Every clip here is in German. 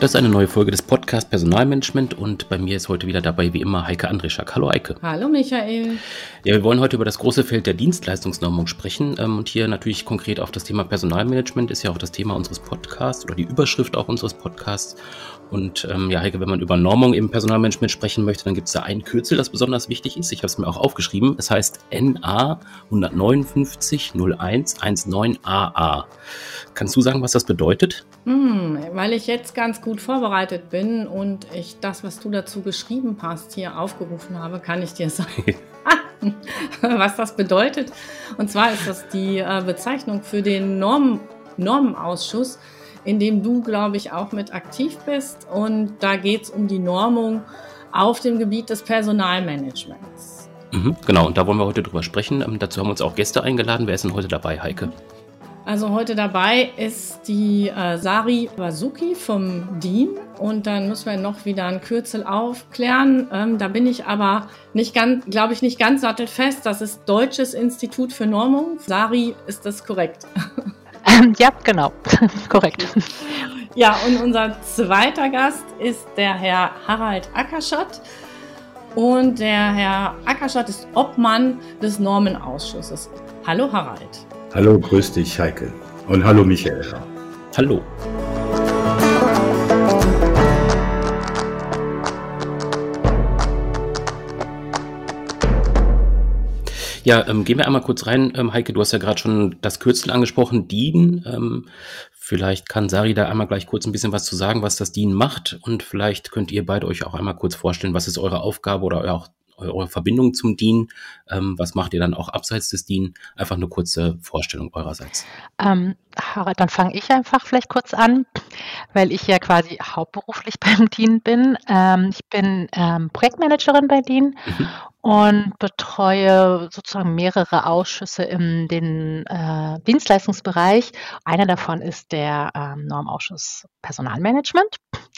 Das ist eine neue Folge des Podcasts Personalmanagement und bei mir ist heute wieder dabei wie immer Heike Andrischak. Hallo Heike. Hallo Michael. Ja, wir wollen heute über das große Feld der Dienstleistungsnormung sprechen und hier natürlich konkret auf das Thema Personalmanagement ist ja auch das Thema unseres Podcasts oder die Überschrift auch unseres Podcasts. Und ja, Heike, wenn man über Normung im Personalmanagement sprechen möchte, dann gibt es da ein Kürzel, das besonders wichtig ist. Ich habe es mir auch aufgeschrieben. Es heißt NA 159 01 19 AA. Kannst du sagen, was das bedeutet? Weil ich jetzt ganz gut vorbereitet bin und ich das, was du dazu geschrieben hast, hier aufgerufen habe, kann ich dir sagen, was das bedeutet. Und zwar ist das die Bezeichnung für den Normenausschuss, in dem du, glaube ich, auch mit aktiv bist. Und da geht es um die Normung auf dem Gebiet des Personalmanagements. Genau, und da wollen wir heute drüber sprechen. Dazu haben wir uns auch Gäste eingeladen. Wer ist denn heute dabei, Heike? Also heute dabei ist die Sari Basuki vom DIN und dann müssen wir noch wieder ein Kürzel aufklären. Da bin ich aber nicht ganz sattelfest. Das ist Deutsches Institut für Normung. Sari, ist das korrekt? Ja, genau, korrekt. Ja, und unser zweiter Gast ist der Herr Harald Ackerschott. Und der Herr Ackerschott ist Obmann des Normenausschusses. Hallo Harald. Hallo, grüß dich, Heike. Und hallo, Michael. Hallo. Ja, gehen wir einmal kurz rein. Heike, du hast ja gerade schon das Kürzel angesprochen, DIN. Vielleicht kann Sari da einmal gleich kurz ein bisschen was zu sagen, was das DIN macht. Und vielleicht könnt ihr beide euch auch einmal kurz vorstellen, was ist eure Aufgabe oder auch eure Verbindung zum DIN, was macht ihr dann auch abseits des DIN? Einfach eine kurze Vorstellung eurerseits. Harald, dann fange ich einfach vielleicht kurz an, weil ich ja quasi hauptberuflich beim DIN bin. Ich bin Projektmanagerin bei DIN und betreue sozusagen mehrere Ausschüsse in den Dienstleistungsbereich. Einer davon ist der Normausschuss Personalmanagement,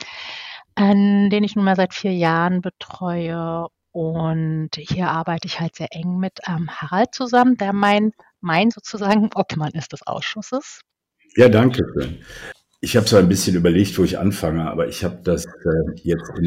den ich nunmehr seit 4 Jahren betreue. Und hier arbeite ich halt sehr eng mit Harald zusammen, der mein sozusagen Obmann ist des Ausschusses. Ja, danke schön. Ich habe so ein bisschen überlegt, wo ich anfange, aber ich habe das jetzt in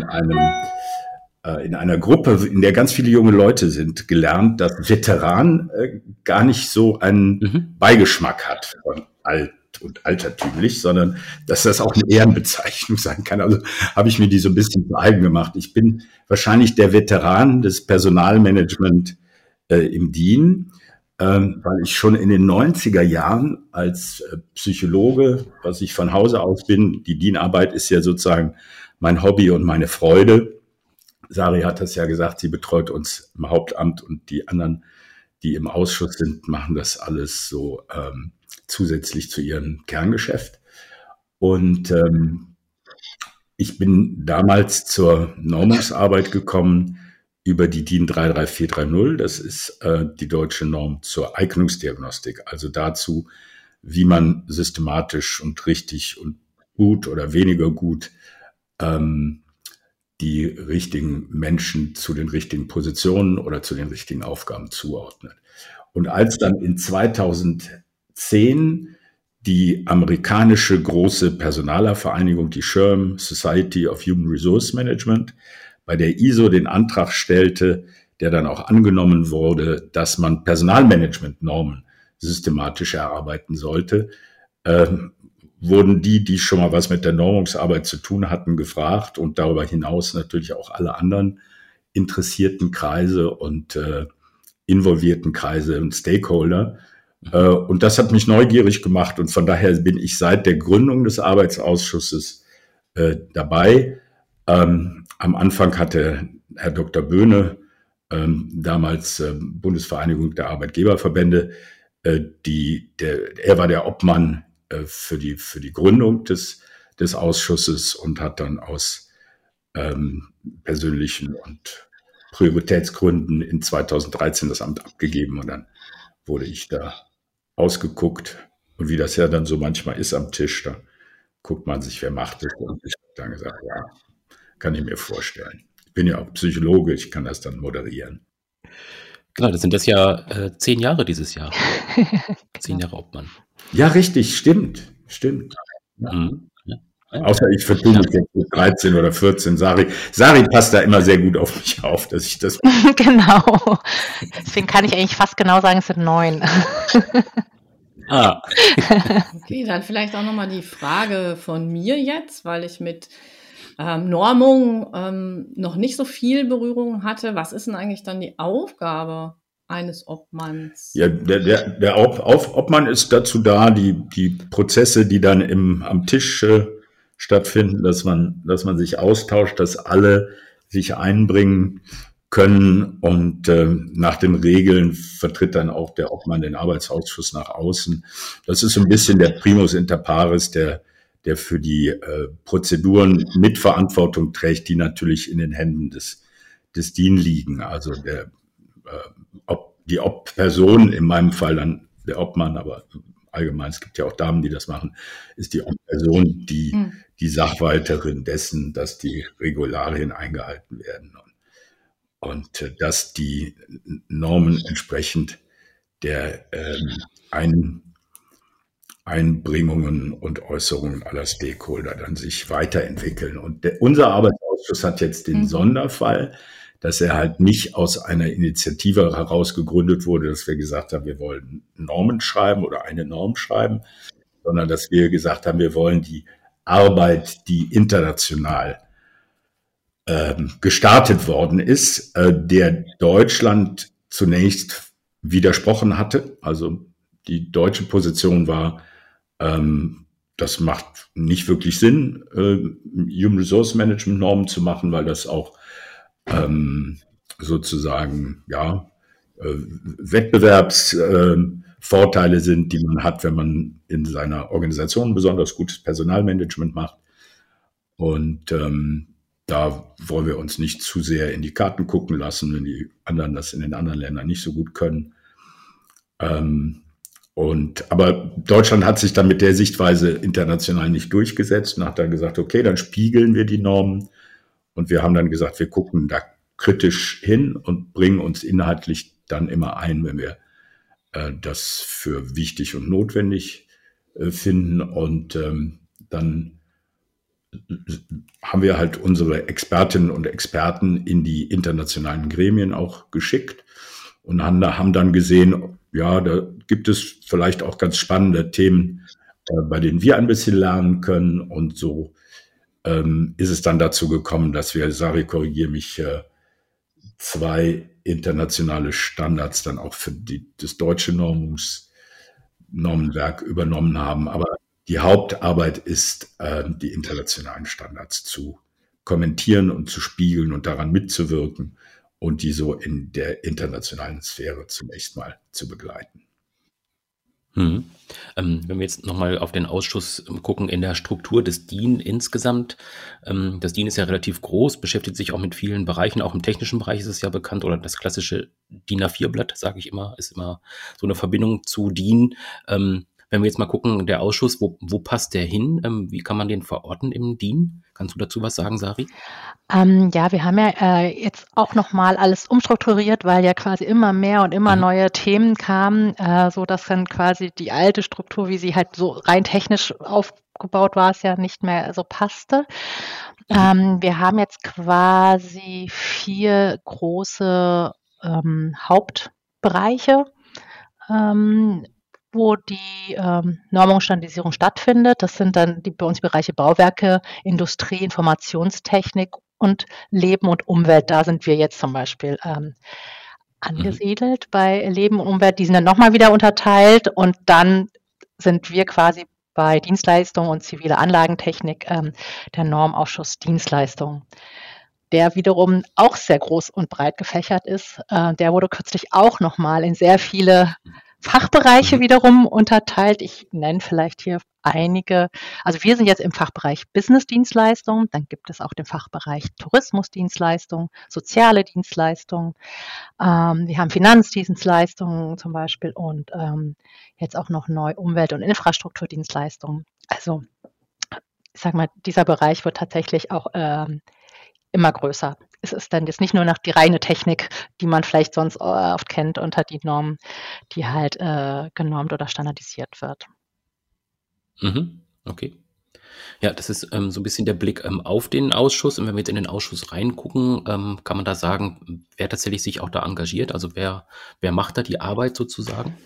einer Gruppe, in der ganz viele junge Leute sind, gelernt, dass Veteran gar nicht so einen Beigeschmack hat von alt und altertümlich, sondern dass das auch eine Ehrenbezeichnung sein kann. Also habe ich mir die so ein bisschen zu eigen gemacht. Ich bin wahrscheinlich der Veteran des Personalmanagement im DIN, weil ich schon in den 90er Jahren als Psychologe, was ich von Hause aus bin, die DIN-Arbeit ist ja sozusagen mein Hobby und meine Freude. Sari hat das ja gesagt, sie betreut uns im Hauptamt und die anderen, die im Ausschuss sind, machen das alles so zusätzlich zu ihrem Kerngeschäft. Und ich bin damals zur Normungsarbeit gekommen über die DIN 33430. Das ist die deutsche Norm zur Eignungsdiagnostik, also dazu, wie man systematisch und richtig und gut oder weniger gut die richtigen Menschen zu den richtigen Positionen oder zu den richtigen Aufgaben zuordnet. Und als dann in 2010 die amerikanische große Personalervereinigung, die SHRM, Society of Human Resource Management, bei der ISO den Antrag stellte, der dann auch angenommen wurde, dass man Personalmanagement-Normen systematisch erarbeiten sollte, wurden die schon mal was mit der Normungsarbeit zu tun hatten, gefragt und darüber hinaus natürlich auch alle anderen interessierten Kreise und involvierten Kreise und Stakeholder. Und das hat mich neugierig gemacht und von daher bin ich seit der Gründung des Arbeitsausschusses dabei. Am Anfang hatte Herr Dr. Böhne, damals Bundesvereinigung der Arbeitgeberverbände, er war der Obmann für die Gründung des Ausschusses und hat dann aus persönlichen und Prioritätsgründen in 2013 das Amt abgegeben und dann wurde ich da ausgeguckt. Und wie das ja dann so manchmal ist am Tisch, da guckt man sich, wer macht es. Und ich habe dann gesagt, ja, kann ich mir vorstellen. Ich bin ja auch Psychologe, ich kann das dann moderieren. Genau, das sind das ja 10 Jahre dieses Jahr. 10 Jahre Obmann. Ja, richtig, stimmt. Ja. Außer ich vertue mich jetzt mit 13 oder 14. Sari passt da immer sehr gut auf mich auf, dass ich das. Genau. Deswegen kann ich eigentlich fast genau sagen, es sind 9. Okay, dann vielleicht auch nochmal die Frage von mir jetzt, weil ich mit Normung noch nicht so viel Berührung hatte. Was ist denn eigentlich dann die Aufgabe eines Obmanns? Ja, der Obmann ist dazu da, die Prozesse, die dann am Tisch stattfinden, dass man sich austauscht, dass alle sich einbringen können und nach den Regeln vertritt dann auch der Obmann den Arbeitsausschuss nach außen. Das ist so ein bisschen der Primus inter pares, der für die Prozeduren Mitverantwortung trägt, die natürlich in den Händen des DIN liegen. Also die Ob-Person, in meinem Fall dann der Obmann, aber allgemein, es gibt ja auch Damen, die das machen, ist die Ob-Person die Sachwalterin dessen, dass die Regularien eingehalten werden und dass die Normen entsprechend der Einbringungen und Äußerungen aller Stakeholder dann sich weiterentwickeln. Und unser Arbeitsausschuss hat jetzt den Sonderfall, dass er halt nicht aus einer Initiative heraus gegründet wurde, dass wir gesagt haben, wir wollen Normen schreiben oder eine Norm schreiben, sondern dass wir gesagt haben, wir wollen die Arbeit, die international gestartet worden ist, der Deutschland zunächst widersprochen hatte. Also die deutsche Position war, das macht nicht wirklich Sinn, Human Resource Management Normen zu machen, weil das auch sozusagen Wettbewerbsvorteile sind, die man hat, wenn man in seiner Organisation besonders gutes Personalmanagement macht. Und da wollen wir uns nicht zu sehr in die Karten gucken lassen, wenn die anderen das in den anderen Ländern nicht so gut können. Aber Deutschland hat sich dann mit der Sichtweise international nicht durchgesetzt und hat dann gesagt, okay, dann spiegeln wir die Normen. Und wir haben dann gesagt, wir gucken da kritisch hin und bringen uns inhaltlich dann immer ein, wenn wir das für wichtig und notwendig finden. Und dann haben wir halt unsere Expertinnen und Experten in die internationalen Gremien auch geschickt und haben dann gesehen, ja, da gibt es vielleicht auch ganz spannende Themen, bei denen wir ein bisschen lernen können. Und so ist es dann dazu gekommen, dass wir, Sari, korrigiere mich, 2 internationale Standards dann auch für das deutsche Normenwerk übernommen haben. Aber die Hauptarbeit ist, die internationalen Standards zu kommentieren und zu spiegeln und daran mitzuwirken und die so in der internationalen Sphäre zunächst mal zu begleiten. Wenn wir jetzt nochmal auf den Ausschuss gucken, in der Struktur des DIN insgesamt, das DIN ist ja relativ groß, beschäftigt sich auch mit vielen Bereichen, auch im technischen Bereich ist es ja bekannt, oder das klassische DIN A4-Blatt, sage ich immer, ist immer so eine Verbindung zu DIN. Wenn wir jetzt mal gucken, der Ausschuss, wo passt der hin? Wie kann man den verorten im DIN? Kannst du dazu was sagen, Sari? Ja, wir haben ja jetzt auch nochmal alles umstrukturiert, weil ja quasi immer mehr und immer neue Themen kamen, so dass dann quasi die alte Struktur, wie sie halt so rein technisch aufgebaut war, es ja nicht mehr so passte. Wir haben jetzt quasi 4 große Hauptbereiche, wo die Normung und Standardisierung stattfindet. Das sind dann bei uns die Bereiche Bauwerke, Industrie, Informationstechnik und Leben und Umwelt. Da sind wir jetzt zum Beispiel angesiedelt bei Leben und Umwelt. Die sind dann nochmal wieder unterteilt und dann sind wir quasi bei Dienstleistung und zivile Anlagentechnik der Normausschuss Dienstleistung, der wiederum auch sehr groß und breit gefächert ist. Der wurde kürzlich auch nochmal in sehr viele Fachbereiche wiederum unterteilt. Ich nenne vielleicht hier einige. Also wir sind jetzt im Fachbereich Business-Dienstleistungen, dann gibt es auch den Fachbereich Tourismusdienstleistungen, soziale Dienstleistungen. Wir haben Finanzdienstleistungen zum Beispiel und jetzt auch noch neu Umwelt- und Infrastrukturdienstleistungen. Also ich sage mal, dieser Bereich wird tatsächlich auch immer größer. Es ist dann jetzt nicht nur noch die reine Technik, die man vielleicht sonst oft kennt unter die Normen, die halt genormt oder standardisiert wird. Okay. Ja, das ist so ein bisschen der Blick auf den Ausschuss. Und wenn wir jetzt in den Ausschuss reingucken, kann man da sagen, wer tatsächlich sich auch da engagiert? Also wer macht da die Arbeit sozusagen?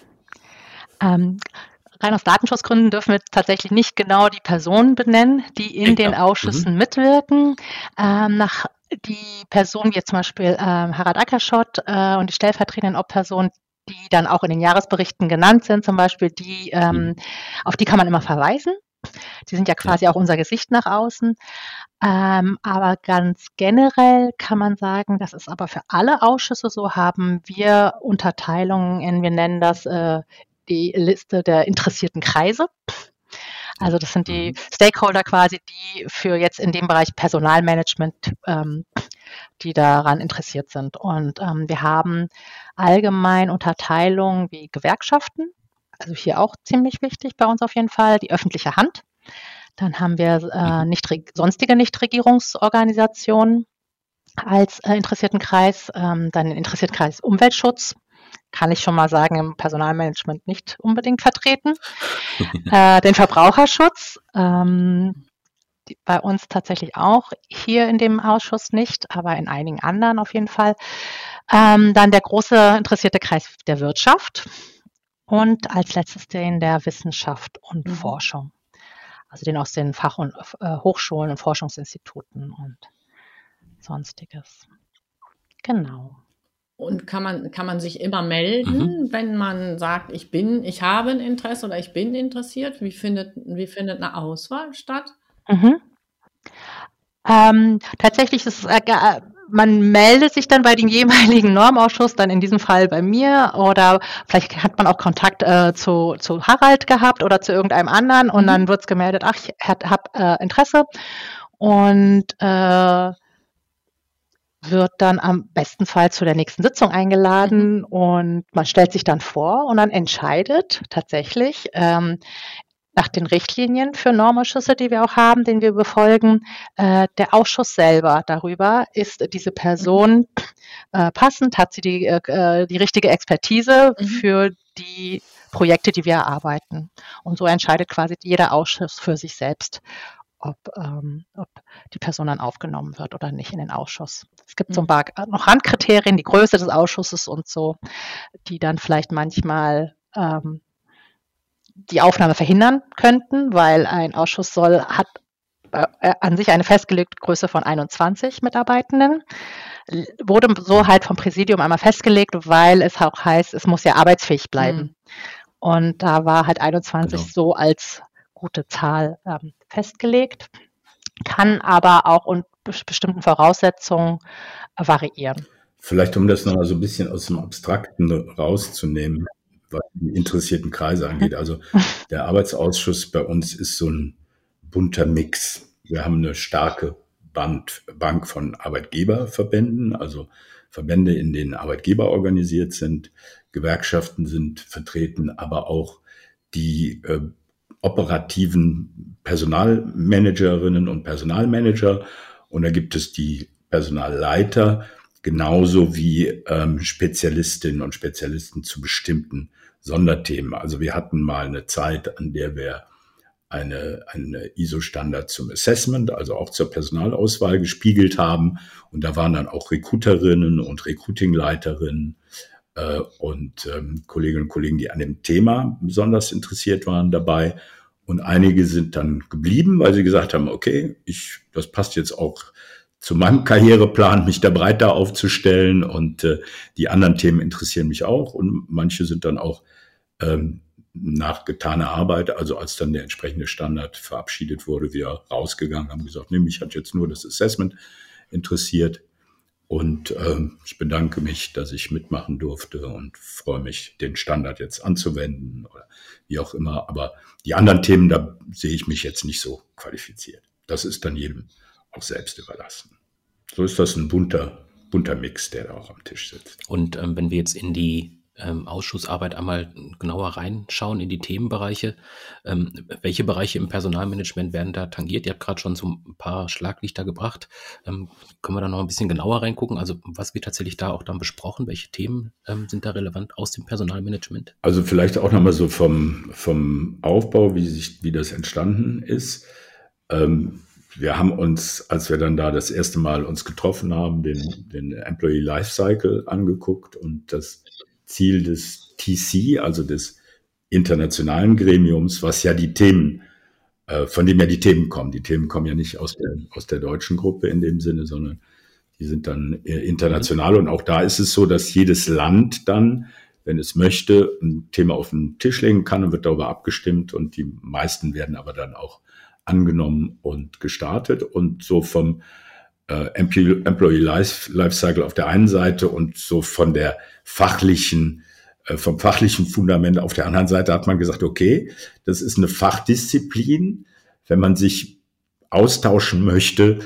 Rein aus Datenschutzgründen dürfen wir tatsächlich nicht genau die Personen benennen, die in den Ausschüssen mitwirken. Die Person, wie jetzt zum Beispiel Harald Ackerschott und die stellvertretenden Obpersonen, die dann auch in den Jahresberichten genannt sind, zum Beispiel, auf die kann man immer verweisen. Die sind ja quasi auch unser Gesicht nach außen. Aber ganz generell kann man sagen, das ist aber für alle Ausschüsse so, haben wir Unterteilungen in, wir nennen das die Liste der interessierten Kreise. Also das sind die Stakeholder quasi, die für jetzt in dem Bereich Personalmanagement, die daran interessiert sind. Und wir haben allgemein Unterteilungen wie Gewerkschaften, also hier auch ziemlich wichtig bei uns auf jeden Fall, die öffentliche Hand. Dann haben wir sonstige Nichtregierungsorganisationen als interessierten Kreis, dann den interessierten Kreis Umweltschutz. Kann ich schon mal sagen, im Personalmanagement nicht unbedingt vertreten. Den Verbraucherschutz, bei uns tatsächlich auch, hier in dem Ausschuss nicht, aber in einigen anderen auf jeden Fall. Dann der große interessierte Kreis der Wirtschaft und als letztes den der Wissenschaft und Forschung. Also den aus den Fach- und Hochschulen und Forschungsinstituten und Sonstiges. Genau. Und kann man sich immer melden, wenn man sagt, ich habe ein Interesse oder ich bin interessiert? Wie findet eine Auswahl statt? Tatsächlich ist es, man meldet sich dann bei dem jeweiligen Normausschuss, dann in diesem Fall bei mir, oder vielleicht hat man auch Kontakt zu Harald gehabt oder zu irgendeinem anderen und dann wird es gemeldet, ach, ich habe Interesse und wird dann am besten Fall zu der nächsten Sitzung eingeladen und man stellt sich dann vor und dann entscheidet tatsächlich nach den Richtlinien für Normausschüsse, die wir auch haben, den wir befolgen, der Ausschuss selber darüber, ist diese Person passend, hat sie die richtige Expertise für die Projekte, die wir erarbeiten. Und so entscheidet quasi jeder Ausschuss für sich selbst, ob die Person dann aufgenommen wird oder nicht in den Ausschuss. Es gibt so ein paar noch Randkriterien, die Größe des Ausschusses und so, die dann vielleicht manchmal die Aufnahme verhindern könnten, weil ein Ausschuss hat an sich eine festgelegte Größe von 21 Mitarbeitenden. Wurde so halt vom Präsidium einmal festgelegt, weil es auch heißt, es muss ja arbeitsfähig bleiben. Und da war halt 21 so als gute Zahl festgelegt, kann aber auch unter bestimmten Voraussetzungen variieren. Vielleicht, um das nochmal so ein bisschen aus dem Abstrakten rauszunehmen, was die interessierten Kreise angeht. Also der Arbeitsausschuss bei uns ist so ein bunter Mix. Wir haben eine starke Bank von Arbeitgeberverbänden, also Verbände, in denen Arbeitgeber organisiert sind. Gewerkschaften sind vertreten, aber auch die operativen Personalmanagerinnen und Personalmanager. Und da gibt es die Personalleiter, genauso wie Spezialistinnen und Spezialisten zu bestimmten Sonderthemen. Also wir hatten mal eine Zeit, an der wir eine ISO-Standard zum Assessment, also auch zur Personalauswahl gespiegelt haben. Und da waren dann auch Recruiterinnen und Recruitingleiterinnen und Kolleginnen und Kollegen, die an dem Thema besonders interessiert waren, dabei. Und einige sind dann geblieben, weil sie gesagt haben, okay, das passt jetzt auch zu meinem Karriereplan, mich da breiter aufzustellen, und die anderen Themen interessieren mich auch. Und manche sind dann auch nach getaner Arbeit, also als dann der entsprechende Standard verabschiedet wurde, wieder rausgegangen, haben gesagt, nee, mich hat jetzt nur das Assessment interessiert. Und ich bedanke mich, dass ich mitmachen durfte und freue mich, den Standard jetzt anzuwenden oder wie auch immer. Aber die anderen Themen, da sehe ich mich jetzt nicht so qualifiziert. Das ist dann jedem auch selbst überlassen. So ist das ein bunter Mix, der da auch am Tisch sitzt. Und wenn wir jetzt in die Ausschussarbeit einmal genauer reinschauen in die Themenbereiche, welche Bereiche im Personalmanagement werden da tangiert? Ihr habt gerade schon so ein paar Schlaglichter gebracht. Können wir da noch ein bisschen genauer reingucken? Also was wird tatsächlich da auch dann besprochen? Welche Themen sind da relevant aus dem Personalmanagement? Also vielleicht auch nochmal so vom Aufbau, wie das entstanden ist. Wir haben uns, als wir dann da das erste Mal uns getroffen haben, den Employee Lifecycle angeguckt und das Ziel des TC, also des internationalen Gremiums, was ja die Themen, von dem ja die Themen kommen. Die Themen kommen ja nicht aus der deutschen Gruppe in dem Sinne, sondern die sind dann international. Und auch da ist es so, dass jedes Land dann, wenn es möchte, ein Thema auf den Tisch legen kann und wird darüber abgestimmt. Und die meisten werden aber dann auch angenommen und gestartet. Und so vom Employee Lifecycle auf der einen Seite und so von der vom fachlichen Fundament auf der anderen Seite hat man gesagt, okay, das ist eine Fachdisziplin. Wenn man sich austauschen möchte,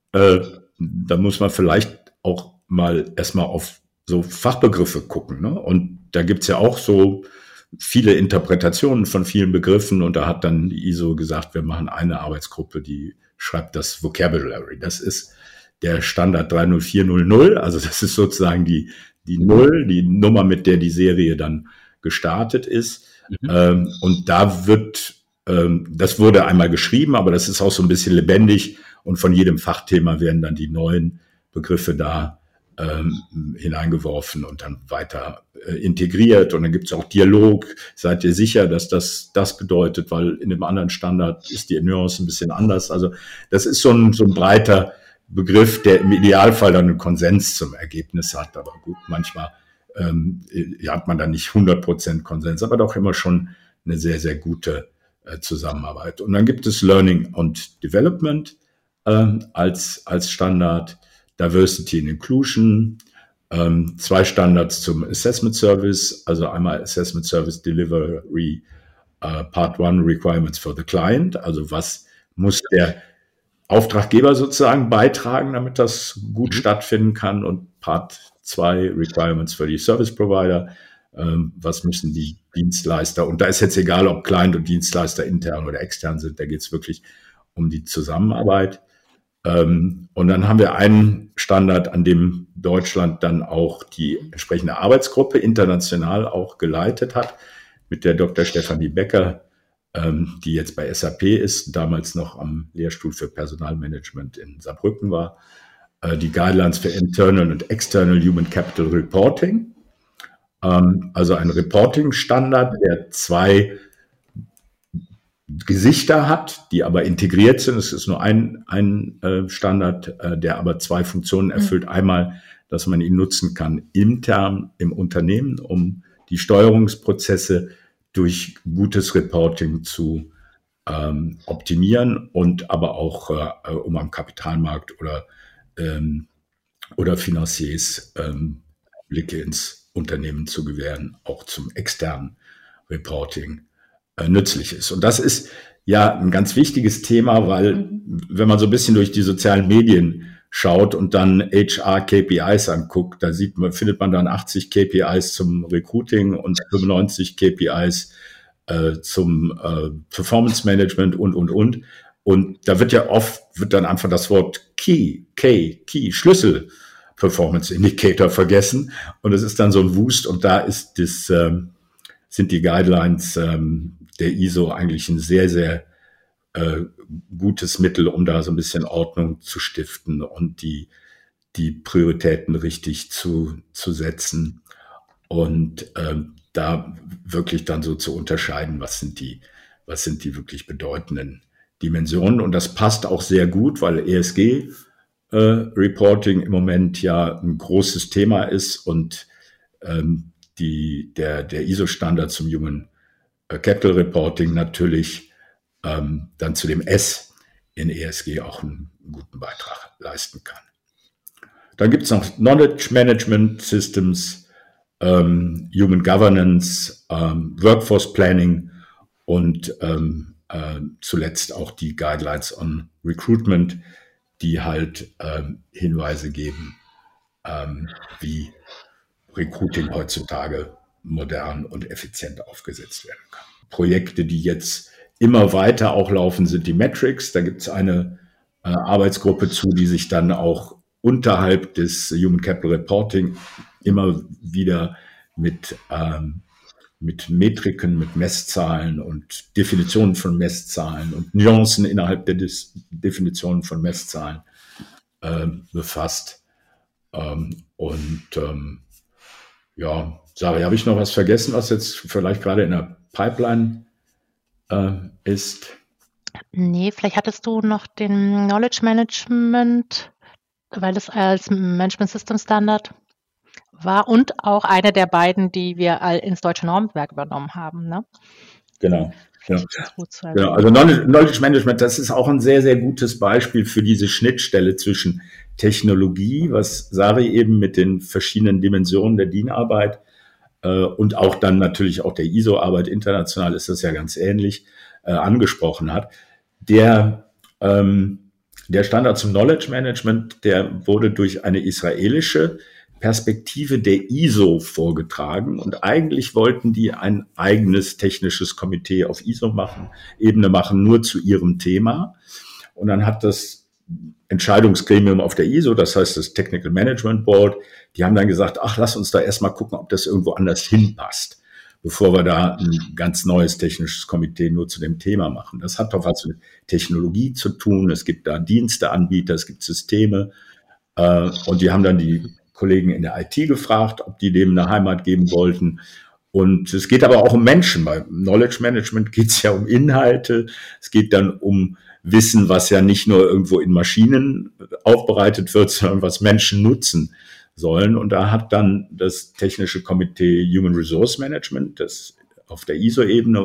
dann muss man vielleicht auch mal erstmal auf so Fachbegriffe gucken. Ne? Und da gibt's ja auch so viele Interpretationen von vielen Begriffen. Und da hat dann die ISO gesagt, wir machen eine Arbeitsgruppe, die schreibt das Vocabulary. Das ist der Standard 30400. Also das ist sozusagen die Null, die Nummer, mit der die Serie dann gestartet ist. Und da das wurde einmal geschrieben, aber das ist auch so ein bisschen lebendig und von jedem Fachthema werden dann die neuen Begriffe da hineingeworfen und dann weiter integriert. Und dann gibt es auch Dialog. Seid ihr sicher, dass das bedeutet? Weil in dem anderen Standard ist die Nuance ein bisschen anders. Also das ist so ein breiter Begriff, der im Idealfall dann einen Konsens zum Ergebnis hat. Aber gut, manchmal hat man dann nicht 100% Konsens, aber doch immer schon eine sehr, sehr gute Zusammenarbeit. Und dann gibt es Learning und Development als Standard, Diversity and Inclusion, 2 Standards zum Assessment Service, also einmal Assessment Service Delivery Part 1 Requirements for the Client, also was muss der Auftraggeber sozusagen beitragen, damit das gut stattfinden kann, und Part 2 Requirements für die Service Provider, was müssen die Dienstleister, und da ist jetzt egal, ob Client und Dienstleister intern oder extern sind, da geht es wirklich um die Zusammenarbeit. Und dann haben wir einen Standard, an dem Deutschland dann auch die entsprechende Arbeitsgruppe international auch geleitet hat, mit der Dr. Stefanie Becker, die jetzt bei SAP ist, damals noch am Lehrstuhl für Personalmanagement in Saarbrücken war, die Guidelines für Internal und External Human Capital Reporting, also ein Reporting-Standard, der 2 Gesichter hat, die aber integriert sind. Es ist nur ein Standard, der aber 2 Funktionen erfüllt. Einmal, dass man ihn nutzen kann intern im Unternehmen, um die Steuerungsprozesse durch gutes Reporting zu optimieren, und aber auch um am Kapitalmarkt oder Financiers Blicke ins Unternehmen zu gewähren, auch zum externen Reporting nützlich ist. Und das ist ja ein ganz wichtiges Thema, weil wenn man so ein bisschen durch die sozialen Medien schaut und dann HR-KPIs anguckt, da findet man dann 80 KPIs zum Recruiting und 95 KPIs zum Performance Management und. Und da wird dann einfach das Wort Key, Schlüssel Performance Indicator vergessen. Und es ist dann so ein Wust, und da sind die Guidelines der ISO eigentlich ein sehr, sehr gutes Mittel, um da so ein bisschen Ordnung zu stiften und die Prioritäten richtig zu setzen und da wirklich dann so zu unterscheiden, was sind die wirklich bedeutenden Dimensionen. Und das passt auch sehr gut, weil ESG Reporting im Moment ja ein großes Thema ist und der ISO-Standard zum Human Capital Reporting natürlich dann zu dem S in ESG auch einen guten Beitrag leisten kann. Dann gibt es noch Knowledge Management Systems, Human Governance, Workforce Planning und zuletzt auch die Guidelines on Recruitment, die halt Hinweise geben, wie Recruiting heutzutage modern und effizient aufgesetzt werden kann. Projekte, die jetzt immer weiter auch laufen, sind die Metrics. Da gibt es eine Arbeitsgruppe zu, die sich dann auch unterhalb des Human Capital Reporting immer wieder mit mit Metriken, mit Messzahlen und Definitionen von Messzahlen und Nuancen innerhalb der Definitionen von Messzahlen befasst. Ja, Sari, habe ich noch was vergessen, was jetzt vielleicht gerade in der Pipeline ist? Nee, vielleicht hattest du noch den Knowledge Management, weil es als Management System Standard war und auch eine der beiden, die wir ins deutsche Normwerk übernommen haben. Ne? Genau. Ja. Genau. Also Knowledge Management, das ist auch ein sehr, sehr gutes Beispiel für diese Schnittstelle zwischen Technologie, was Sari eben mit den verschiedenen Dimensionen der DIN-Arbeit und auch dann natürlich auch der ISO-Arbeit, international ist das ja ganz ähnlich, angesprochen hat. Der Standard zum Knowledge Management, der wurde durch eine israelische Perspektive der ISO vorgetragen und eigentlich wollten die ein eigenes technisches Komitee auf ISO-Ebene machen, nur zu ihrem Thema. Und dann hat das Entscheidungsgremium auf der ISO, das heißt das Technical Management Board, die haben dann gesagt, ach, lass uns da erstmal gucken, ob das irgendwo anders hinpasst, bevor wir da ein ganz neues technisches Komitee nur zu dem Thema machen. Das hat doch was mit Technologie zu tun. Es gibt da Diensteanbieter, es gibt Systeme und die haben dann die Kollegen in der IT gefragt, ob die dem eine Heimat geben wollten. Und es geht aber auch um Menschen. Bei Knowledge Management geht es ja um Inhalte. Es geht dann um Wissen, was ja nicht nur irgendwo in Maschinen aufbereitet wird, sondern was Menschen nutzen sollen. Und da hat dann das technische Komitee Human Resource Management, das auf der ISO-Ebene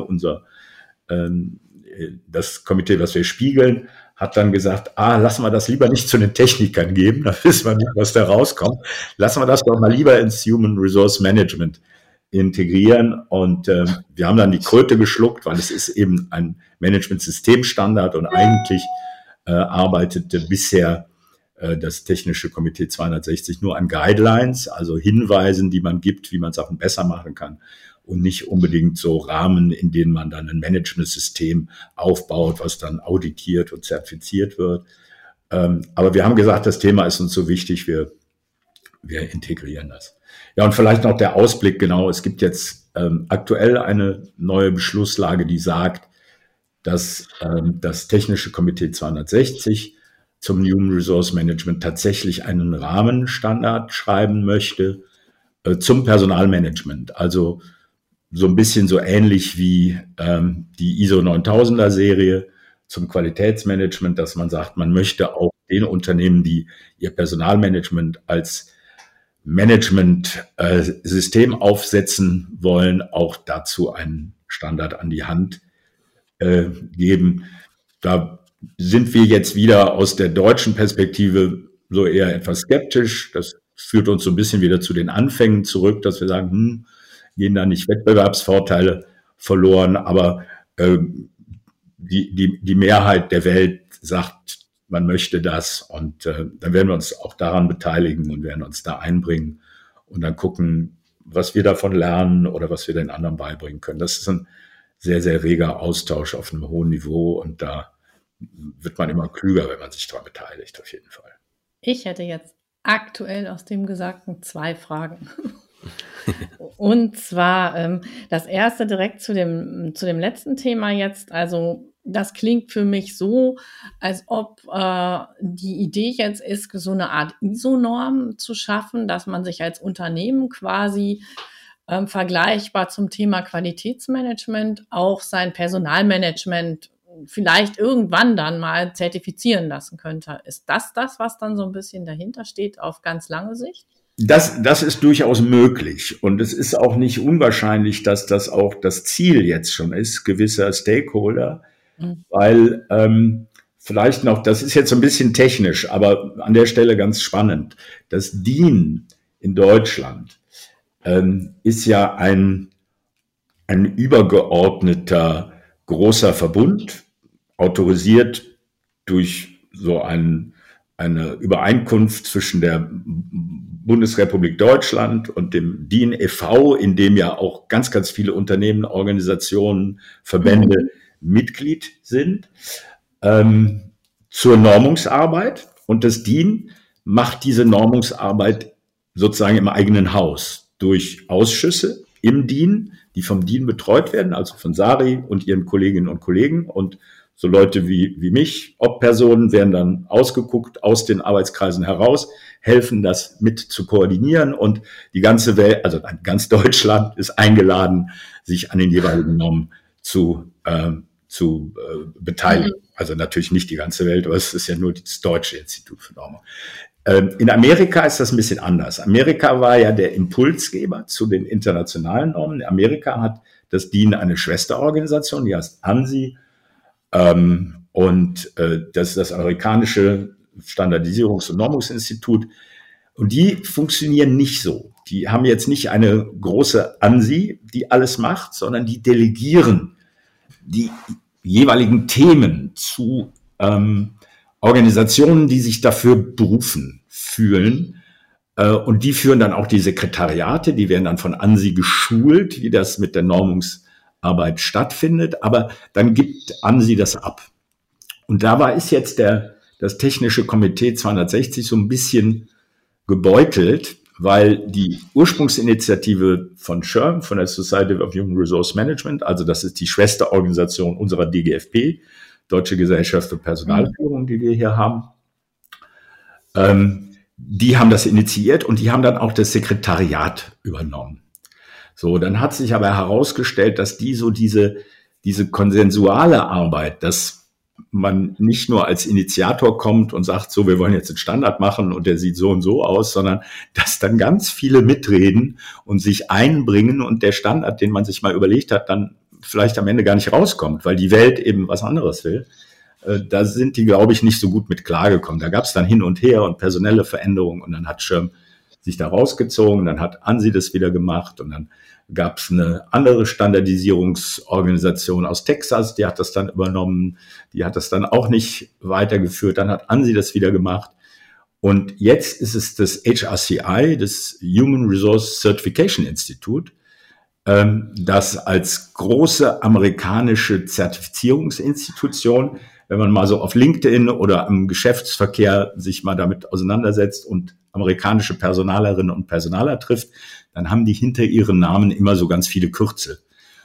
das Komitee, was wir spiegeln, hat dann gesagt, lassen wir das lieber nicht zu den Technikern geben, da wissen wir nicht, was da rauskommt. Lassen wir das doch mal lieber ins Human Resource Management integrieren. Und wir haben dann die Kröte geschluckt, weil es ist eben ein Management-Systemstandard und eigentlich arbeitete bisher das Technische Komitee 260 nur an Guidelines, also Hinweisen, die man gibt, wie man Sachen besser machen kann und nicht unbedingt so Rahmen, in denen man dann ein Management-System aufbaut, was dann auditiert und zertifiziert wird. Aber wir haben gesagt, das Thema ist uns so wichtig, wir integrieren das. Ja, und vielleicht noch der Ausblick, genau, es gibt jetzt aktuell eine neue Beschlusslage, die sagt, dass das Technische Komitee 260 zum Human Resource Management tatsächlich einen Rahmenstandard schreiben möchte zum Personalmanagement. Also so ein bisschen so ähnlich wie die ISO 9000er Serie zum Qualitätsmanagement, dass man sagt, man möchte auch den Unternehmen, die ihr Personalmanagement als Management-System aufsetzen wollen, auch dazu einen Standard an die Hand geben. Da sind wir jetzt wieder aus der deutschen Perspektive so eher etwas skeptisch. Das führt uns so ein bisschen wieder zu den Anfängen zurück, dass wir sagen, gehen da nicht Wettbewerbsvorteile verloren, aber die Mehrheit der Welt sagt, man möchte das und dann werden wir uns auch daran beteiligen und werden uns da einbringen und dann gucken, was wir davon lernen oder was wir den anderen beibringen können. Das ist ein sehr, sehr reger Austausch auf einem hohen Niveau und da wird man immer klüger, wenn man sich daran beteiligt, auf jeden Fall. Ich hätte jetzt aktuell aus dem Gesagten 2 Fragen. Und zwar das erste direkt zu dem letzten Thema jetzt. Also das klingt für mich so, als ob die Idee jetzt ist, so eine Art ISO-Norm zu schaffen, dass man sich als Unternehmen quasi vergleichbar zum Thema Qualitätsmanagement auch sein Personalmanagement vielleicht irgendwann dann mal zertifizieren lassen könnte. Ist das, was dann so ein bisschen dahinter steht auf ganz lange Sicht? Das ist durchaus möglich und es ist auch nicht unwahrscheinlich, dass das auch das Ziel jetzt schon ist, gewisser Stakeholder, weil vielleicht noch, das ist jetzt so ein bisschen technisch, aber an der Stelle ganz spannend, das DIN in Deutschland ist ja ein übergeordneter großer Verbund, autorisiert durch so eine Übereinkunft zwischen der Bundesrepublik Deutschland und dem DIN e.V., in dem ja auch ganz, ganz viele Unternehmen, Organisationen, Verbände Mitglied sind, zur Normungsarbeit. Und das DIN macht diese Normungsarbeit sozusagen im eigenen Haus durch Ausschüsse, im DIN, die vom DIN betreut werden, also von Sari und ihren Kolleginnen und Kollegen. Und so Leute wie mich, Ob-Personen, werden dann ausgeguckt aus den Arbeitskreisen heraus, helfen das mit zu koordinieren, und die ganze Welt, also ganz Deutschland, ist eingeladen, sich an den jeweiligen Normen zu beteiligen. Also natürlich nicht die ganze Welt, aber es ist ja nur das Deutsche Institut für Normung. In Amerika ist das ein bisschen anders. Amerika war ja der Impulsgeber zu den internationalen Normen. In Amerika hat das DIN eine Schwesterorganisation, die heißt ANSI, und das ist das amerikanische Standardisierungs- und Normungsinstitut. Und die funktionieren nicht so. Die haben jetzt nicht eine große ANSI, die alles macht, sondern die delegieren die jeweiligen Themen zu Organisationen, die sich dafür berufen fühlen. Und die führen dann auch die Sekretariate, die werden dann von ANSI geschult, wie das mit der Normungsarbeit stattfindet. Aber dann gibt ANSI das ab. Und dabei ist jetzt das Technische Komitee 260 so ein bisschen gebeutelt, weil die Ursprungsinitiative von SHRM, von der Society of Human Resource Management, also das ist die Schwesterorganisation unserer DGFP, Deutsche Gesellschaft für Personalführung, die wir hier haben, die haben das initiiert und die haben dann auch das Sekretariat übernommen. So, dann hat sich aber herausgestellt, dass die so diese konsensuale Arbeit, dass man nicht nur als Initiator kommt und sagt, so, wir wollen jetzt einen Standard machen und der sieht so und so aus, sondern dass dann ganz viele mitreden und sich einbringen und der Standard, den man sich mal überlegt hat, dann vielleicht am Ende gar nicht rauskommt, weil die Welt eben was anderes will. Da sind die, glaube ich, nicht so gut mit klargekommen. Da gab es dann hin und her und personelle Veränderungen und dann hat SHRM sich da rausgezogen, dann hat ANSI das wieder gemacht und dann gab es eine andere Standardisierungsorganisation aus Texas, die hat das dann übernommen, die hat das dann auch nicht weitergeführt, dann hat ANSI das wieder gemacht. Und jetzt ist es das HRCI, das Human Resource Certification Institute, das als große amerikanische Zertifizierungsinstitution, wenn man mal so auf LinkedIn oder im Geschäftsverkehr sich mal damit auseinandersetzt und amerikanische Personalerinnen und Personaler trifft, dann haben die hinter ihren Namen immer so ganz viele Kürzel.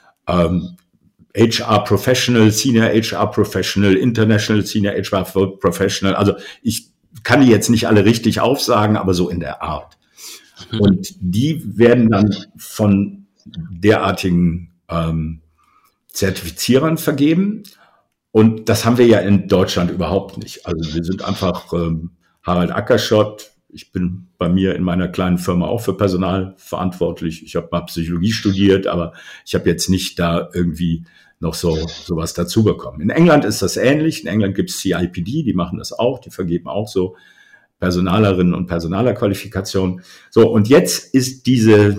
HR Professional, Senior HR Professional, International Senior HR Professional. Also ich kann die jetzt nicht alle richtig aufsagen, aber so in der Art. Und die werden dann von derartigen Zertifizierern vergeben. Und das haben wir ja in Deutschland überhaupt nicht. Also wir sind einfach Harald Ackerschott. Ich bin bei mir in meiner kleinen Firma auch für Personal verantwortlich. Ich habe mal Psychologie studiert, aber ich habe jetzt nicht da irgendwie noch sowas dazu bekommen. In England ist das ähnlich. In England gibt es CIPD, die machen das auch. Die vergeben auch so Personalerinnen und Personalerqualifikationen. So, und jetzt ist diese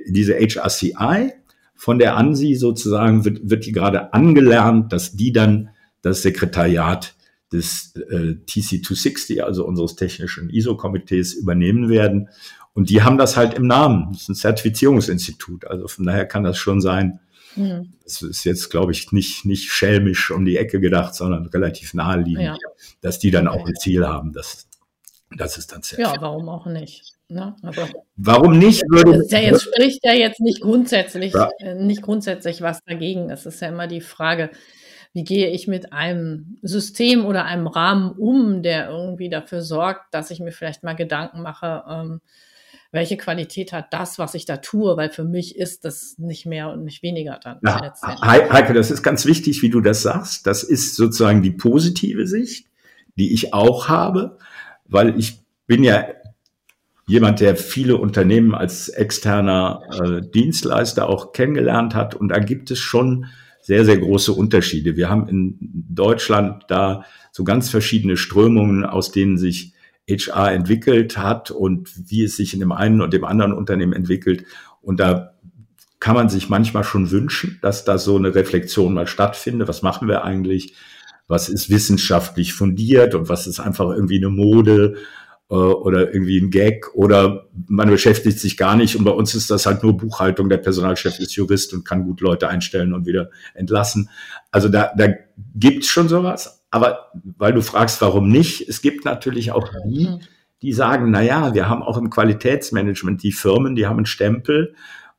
HRCI von der ANSI sozusagen, wird die gerade angelernt, dass die dann das Sekretariat des TC260, also unseres technischen ISO-Komitees, übernehmen werden. Und die haben das halt im Namen. Das ist ein Zertifizierungsinstitut. Also von daher kann das schon sein. Das ist jetzt, glaube ich, nicht schelmisch um die Ecke gedacht, sondern relativ naheliegend, dass die dann auch ein Ziel haben. Das ist dann sehr Ja, warum auch nicht? Ne? Aber warum nicht? Jetzt spricht ja jetzt nicht grundsätzlich was dagegen. Es ist ja immer die Frage, wie gehe ich mit einem System oder einem Rahmen um, der irgendwie dafür sorgt, dass ich mir vielleicht mal Gedanken mache, welche Qualität hat das, was ich da tue, weil für mich ist das nicht mehr und nicht weniger dann. Ja, Heike, das ist ganz wichtig, wie du das sagst. Das ist sozusagen die positive Sicht, die ich auch habe, weil ich bin ja jemand, der viele Unternehmen als externer Dienstleister auch kennengelernt hat, und da gibt es schon sehr, sehr große Unterschiede. Wir haben in Deutschland da so ganz verschiedene Strömungen, aus denen sich HR entwickelt hat und wie es sich in dem einen und dem anderen Unternehmen entwickelt. Und da kann man sich manchmal schon wünschen, dass da so eine Reflexion mal stattfindet. Was machen wir eigentlich? Was ist wissenschaftlich fundiert und was ist einfach irgendwie eine Mode oder irgendwie ein Gag, oder man beschäftigt sich gar nicht, und bei uns ist das halt nur Buchhaltung. Der Personalchef ist Jurist und kann gut Leute einstellen und wieder entlassen. Also da gibt's schon sowas. Aber weil du fragst, warum nicht, es gibt natürlich auch die sagen, na ja, wir haben auch im Qualitätsmanagement die Firmen, die haben einen Stempel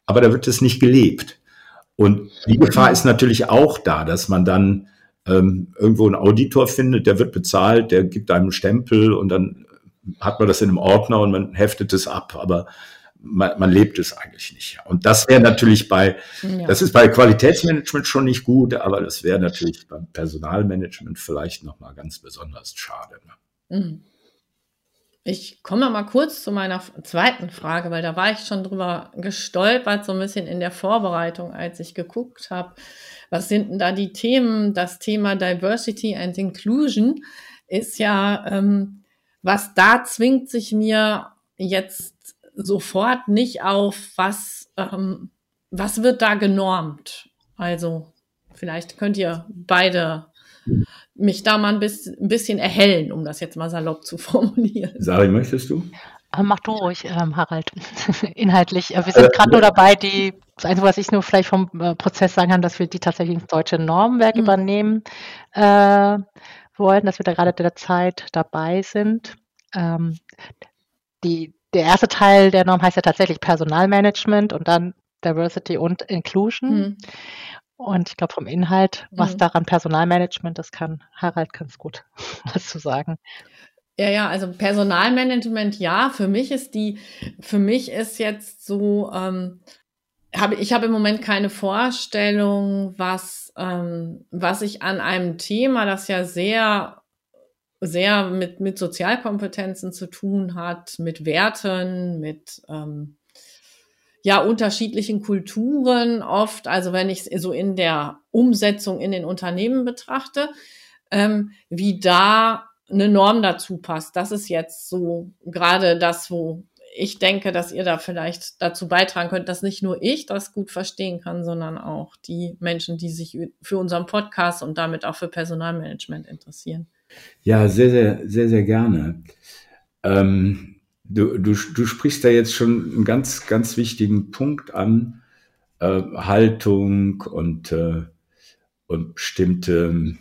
aber da wird es nicht gelebt. Und die Gefahr ist natürlich auch da, dass man dann irgendwo einen Auditor findet, der wird bezahlt, der gibt einem einen Stempel und dann hat man das in einem Ordner und man heftet es ab, aber man lebt es eigentlich nicht. Und das wäre natürlich das ist bei Qualitätsmanagement schon nicht gut, aber das wäre natürlich beim Personalmanagement vielleicht nochmal ganz besonders schade. Ne? Ich komme mal kurz zu meiner zweiten Frage, weil da war ich schon drüber gestolpert, so ein bisschen in der Vorbereitung, als ich geguckt habe, was sind denn da die Themen? Das Thema Diversity and Inclusion ist ja, was da zwingt sich mir jetzt sofort nicht auf, was wird da genormt? Also vielleicht könnt ihr beide mich da mal ein bisschen erhellen, um das jetzt mal salopp zu formulieren. Sari, möchtest du? Mach du ruhig, Harald. Inhaltlich. Wir sind gerade nur dabei, das Einzige, was ich nur vielleicht vom Prozess sagen kann, dass wir die tatsächlich ins deutsche Normwerk übernehmen wollen, dass wir da gerade derzeit dabei sind. Der erste Teil der Norm heißt ja tatsächlich Personalmanagement und dann Diversity und Inclusion. Und ich glaube, vom Inhalt, was daran Personalmanagement, das kann Harald ganz gut was zu sagen. Ja, also Personalmanagement, ja, für mich ist jetzt so, ich habe im Moment keine Vorstellung, was ich an einem Thema, das ja sehr, sehr mit Sozialkompetenzen zu tun hat, mit Werten, mit unterschiedlichen Kulturen oft, also wenn ich es so in der Umsetzung in den Unternehmen betrachte, wie da eine Norm dazu passt. Das ist jetzt so gerade das, wo ich denke, dass ihr da vielleicht dazu beitragen könnt, dass nicht nur ich das gut verstehen kann, sondern auch die Menschen, die sich für unseren Podcast und damit auch für Personalmanagement interessieren. Ja, sehr, sehr, sehr, sehr gerne. Du sprichst da jetzt schon einen ganz, ganz wichtigen Punkt an, Haltung und bestimmte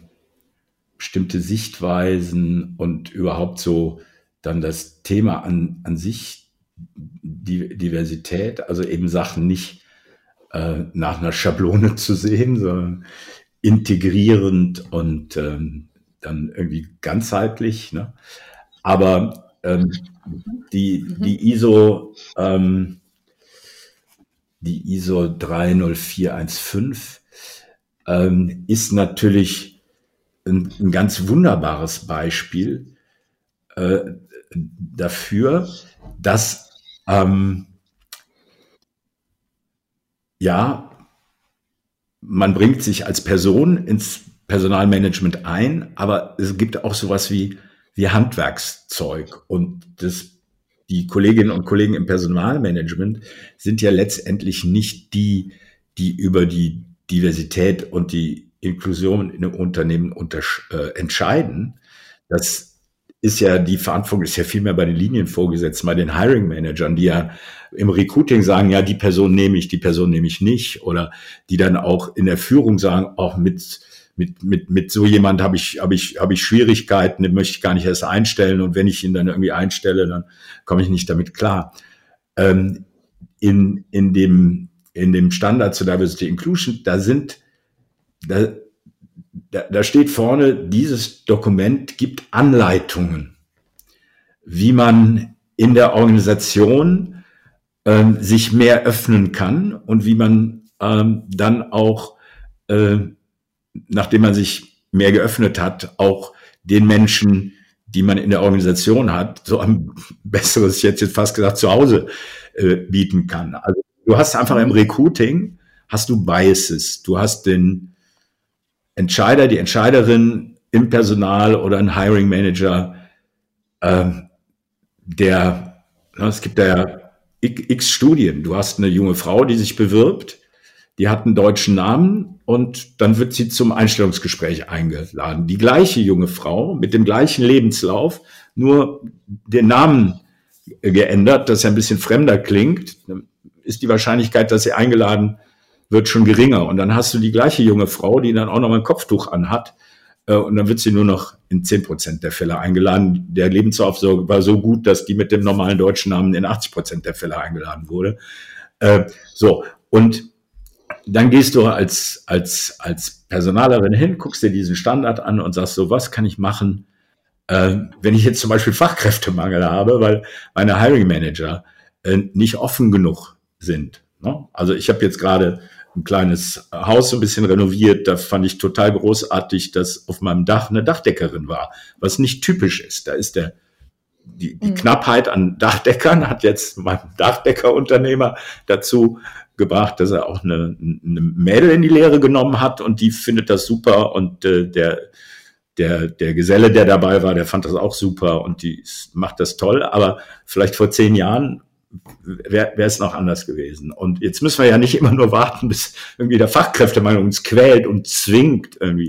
Sichtweisen und überhaupt so dann das Thema an sich, die Diversität, also eben Sachen nicht nach einer Schablone zu sehen, sondern integrierend und dann irgendwie ganzheitlich. Ne? Aber die ISO 30415 ist natürlich ein ganz wunderbares Beispiel dafür, dass man bringt sich als Person ins Personalmanagement ein, aber es gibt auch sowas wie Handwerkszeug und die Kolleginnen und Kollegen im Personalmanagement sind ja letztendlich nicht die über die Diversität und die Inklusion in einem Unternehmen entscheiden. Das ist ja, die Verantwortung ist ja vielmehr bei den Linienvorgesetzten, bei den Hiring-Managern, die ja im Recruiting sagen, ja, die Person nehme ich nicht, oder die dann auch in der Führung sagen, auch mit so jemand habe ich Schwierigkeiten, den möchte ich gar nicht erst einstellen, und wenn ich ihn dann irgendwie einstelle, dann komme ich nicht damit klar. In dem Standard zur Diversity Inclusion, da steht vorne, dieses Dokument gibt Anleitungen, wie man in der Organisation sich mehr öffnen kann und wie man dann auch, nachdem man sich mehr geöffnet hat, auch den Menschen, die man in der Organisation hat, so ein besseres, jetzt fast gesagt, Zuhause bieten kann. Also du hast einfach im Recruiting, hast du Biases, du hast den Entscheider, die Entscheiderin im Personal oder ein Hiring Manager, es gibt ja x Studien. Du hast eine junge Frau, die sich bewirbt, die hat einen deutschen Namen und dann wird sie zum Einstellungsgespräch eingeladen. Die gleiche junge Frau mit dem gleichen Lebenslauf, nur den Namen geändert, dass er ein bisschen fremder klingt, ist die Wahrscheinlichkeit, dass sie eingeladen wird, schon geringer. Und dann hast du die gleiche junge Frau, die dann auch noch ein Kopftuch anhat, und dann wird sie nur noch in 10% der Fälle eingeladen. Der Lebenslauf war so gut, dass die mit dem normalen deutschen Namen in 80% der Fälle eingeladen wurde. Und dann gehst du als Personalerin hin, guckst dir diesen Standard an und sagst so, was kann ich machen, wenn ich jetzt zum Beispiel Fachkräftemangel habe, weil meine Hiring Manager nicht offen genug sind. Ne? Also ich habe jetzt gerade ein kleines Haus so ein bisschen renoviert, da fand ich total großartig, dass auf meinem Dach eine Dachdeckerin war, was nicht typisch ist. Da ist die Knappheit an Dachdeckern hat jetzt mein Dachdeckerunternehmer dazu gebracht, dass er auch eine Mädel in die Lehre genommen hat und die findet das super und der Geselle, der dabei war, der fand das auch super und die macht das toll, aber vielleicht vor 10 Jahren wäre es noch anders gewesen. Und jetzt müssen wir ja nicht immer nur warten, bis irgendwie der Fachkräftemangel uns quält und zwingt, irgendwie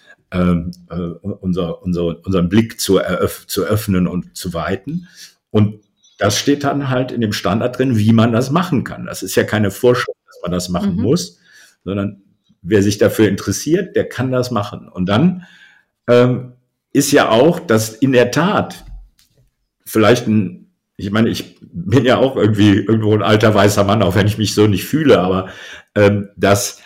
unseren Blick zu öffnen und zu weiten. Und das steht dann halt in dem Standard drin, wie man das machen kann. Das ist ja keine Vorschrift, dass man das machen muss, sondern wer sich dafür interessiert, der kann das machen. Und dann ist ja auch, dass in der Tat vielleicht ich meine, ich bin ja auch irgendwie irgendwo ein alter weißer Mann, auch wenn ich mich so nicht fühle, aber dass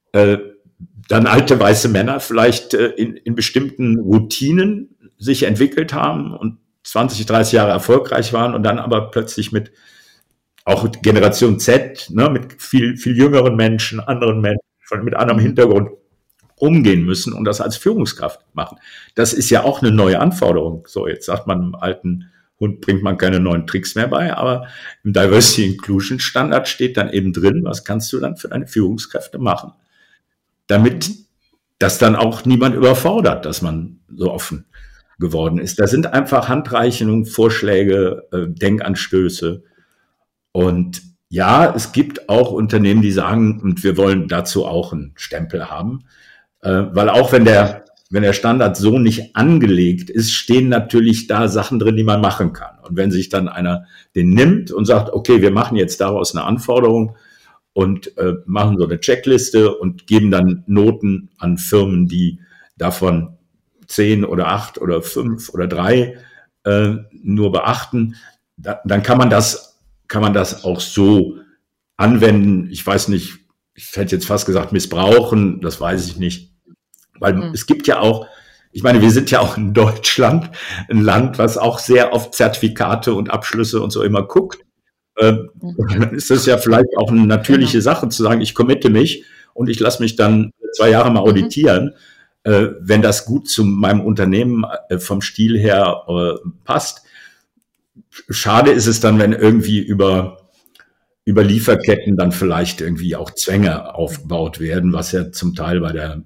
dann alte weiße Männer vielleicht in bestimmten Routinen sich entwickelt haben und 20, 30 Jahre erfolgreich waren und dann aber plötzlich mit auch Generation Z, ne, mit viel, viel jüngeren Menschen, anderen Menschen, mit anderem Hintergrund umgehen müssen und das als Führungskraft machen. Das ist ja auch eine neue Anforderung. So, jetzt sagt man, einem alten Hund bringt man keine neuen Tricks mehr bei, aber im Diversity Inclusion Standard steht dann eben drin, was kannst du dann für deine Führungskräfte machen, damit das dann auch niemand überfordert, dass man so offen geworden ist. Da sind einfach Handreichungen, Vorschläge, Denkanstöße. Und ja, es gibt auch Unternehmen, die sagen, und wir wollen dazu auch einen Stempel haben, weil auch wenn der Standard so nicht angelegt ist, stehen natürlich da Sachen drin, die man machen kann. Und wenn sich dann einer den nimmt und sagt, okay, wir machen jetzt daraus eine Anforderung und machen so eine Checkliste und geben dann Noten an Firmen, die davon 10 oder 8 oder 5 oder 3 nur beachten, dann kann man das auch so anwenden. Ich weiß nicht, ich hätte jetzt fast gesagt missbrauchen, das weiß ich nicht. Weil es gibt ja auch, ich meine, wir sind ja auch in Deutschland ein Land, was auch sehr auf Zertifikate und Abschlüsse und so immer guckt. Dann ist das ja vielleicht auch eine natürliche Sache zu sagen, ich committe mich und ich lasse mich dann 2 Jahre mal auditieren, wenn das gut zu meinem Unternehmen vom Stil her passt. Schade ist es dann, wenn irgendwie über Lieferketten dann vielleicht irgendwie auch Zwänge aufgebaut werden, was ja zum Teil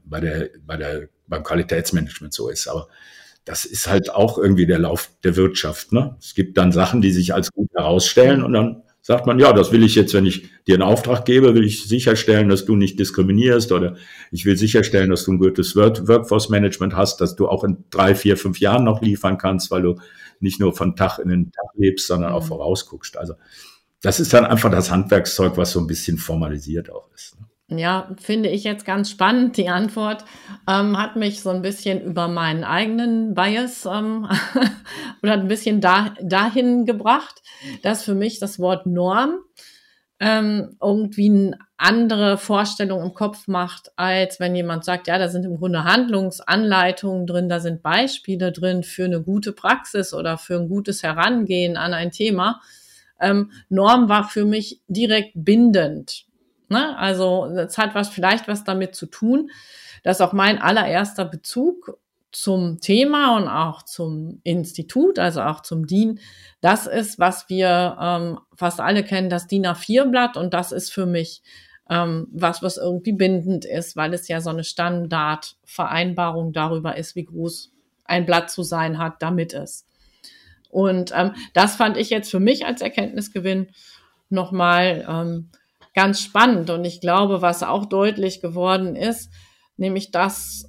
beim Qualitätsmanagement so ist. Aber das ist halt auch irgendwie der Lauf der Wirtschaft, ne? Es gibt dann Sachen, die sich als gut herausstellen und dann sagt man, ja, das will ich jetzt, wenn ich dir einen Auftrag gebe, will ich sicherstellen, dass du nicht diskriminierst oder ich will sicherstellen, dass du ein gutes Workforce Management hast, dass du auch in 3, 4, 5 Jahren noch liefern kannst, weil du nicht nur von Tag in den Tag lebst, sondern auch vorausguckst. Also das ist dann einfach das Handwerkszeug, was so ein bisschen formalisiert auch ist. Ja, finde ich jetzt ganz spannend. Die Antwort hat mich so ein bisschen über meinen eigenen Bias oder ein bisschen dahin gebracht, dass für mich das Wort Norm irgendwie eine andere Vorstellung im Kopf macht, als wenn jemand sagt, ja, da sind im Grunde Handlungsanleitungen drin, da sind Beispiele drin für eine gute Praxis oder für ein gutes Herangehen an ein Thema. Norm war für mich direkt bindend. Ne? Also das hat vielleicht was damit zu tun, dass auch mein allererster Bezug zum Thema und auch zum Institut, also auch zum DIN, das ist, was wir fast alle kennen, das DIN A4-Blatt, und das ist für mich was irgendwie bindend ist, weil es ja so eine Standardvereinbarung darüber ist, wie groß ein Blatt zu sein hat, damit es. Und das fand ich jetzt für mich als Erkenntnisgewinn nochmal ganz spannend. Und ich glaube, was auch deutlich geworden ist, nämlich das,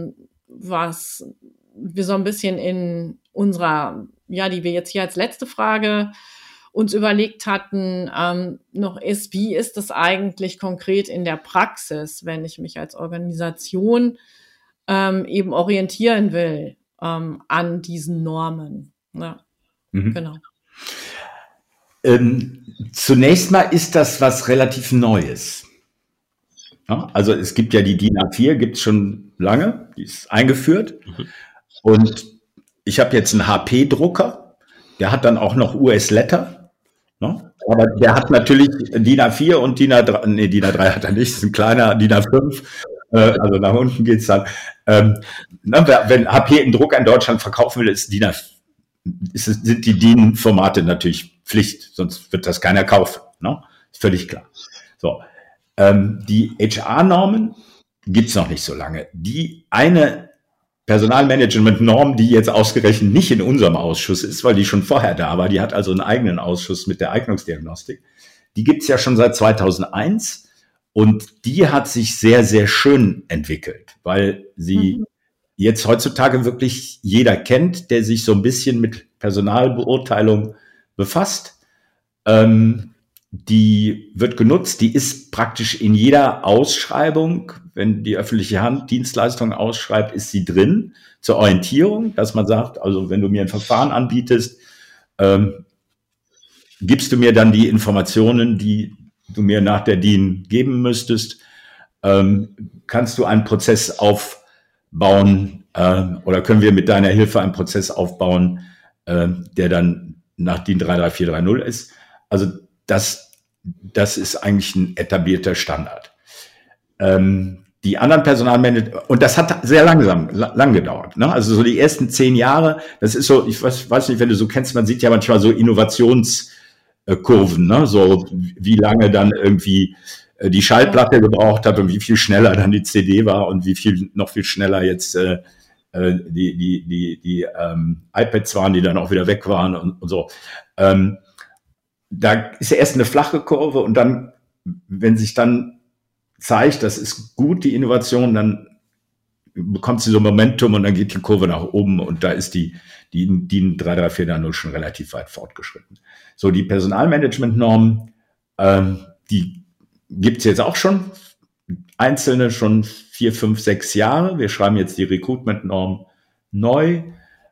was wir so ein bisschen in unserer, ja, die wir jetzt hier als letzte Frage uns überlegt hatten, noch ist, wie ist es eigentlich konkret in der Praxis, wenn ich mich als Organisation eben orientieren will an diesen Normen. Ja, genau. Zunächst mal ist das was relativ Neues. Ja, also es gibt ja die DIN A4, gibt es schon lange, die ist eingeführt. Und ich habe jetzt einen HP-Drucker, der hat dann auch noch US-Letter. Ne? Aber der hat natürlich DIN A4 und DIN A3, nee, DIN A3 hat er nicht, das ist ein kleiner DIN A5. Also nach unten geht's dann. Wenn HP einen Drucker in Deutschland verkaufen will, ist DIN A4. Sind die DIN-Formate natürlich Pflicht, sonst wird das keiner kaufen. Ne? Ist völlig klar. So, die HR-Normen gibt's noch nicht so lange. Die eine Personalmanagement-Norm, die jetzt ausgerechnet nicht in unserem Ausschuss ist, weil die schon vorher da war, die hat also einen eigenen Ausschuss mit der Eignungsdiagnostik, die gibt's ja schon seit 2001 und die hat sich sehr, sehr schön entwickelt, weil sie jetzt heutzutage wirklich jeder kennt, der sich so ein bisschen mit Personalbeurteilung befasst. Die wird genutzt, die ist praktisch in jeder Ausschreibung, wenn die öffentliche Hand Dienstleistungen ausschreibt, ist sie drin zur Orientierung, dass man sagt, also wenn du mir ein Verfahren anbietest, gibst du mir dann die Informationen, die du mir nach der DIN geben müsstest, kannst du einen Prozess aufbauen oder können wir mit deiner Hilfe einen Prozess aufbauen, der dann nach DIN 33430 ist. Also das ist eigentlich ein etablierter Standard. Die anderen Personalmanager, und das hat sehr lang gedauert. Ne? Also so die ersten 10 Jahre, das ist so, ich weiß nicht, wenn du so kennst, man sieht ja manchmal so Innovationskurven, ne? So wie lange dann irgendwie die Schallplatte gebraucht hat und wie viel schneller dann die CD war und wie viel noch viel schneller jetzt die iPads waren, die dann auch wieder weg waren und so. Da ist ja erst eine flache Kurve und dann, wenn sich dann zeigt, das ist gut, die Innovation, dann bekommt sie so Momentum und dann geht die Kurve nach oben und da ist die DIN 33430 schon relativ weit fortgeschritten. So, die Personalmanagement-Normen, die gibt's jetzt auch schon, einzelne schon 4, 5, 6 Jahre. Wir schreiben jetzt die Recruitment-Norm neu.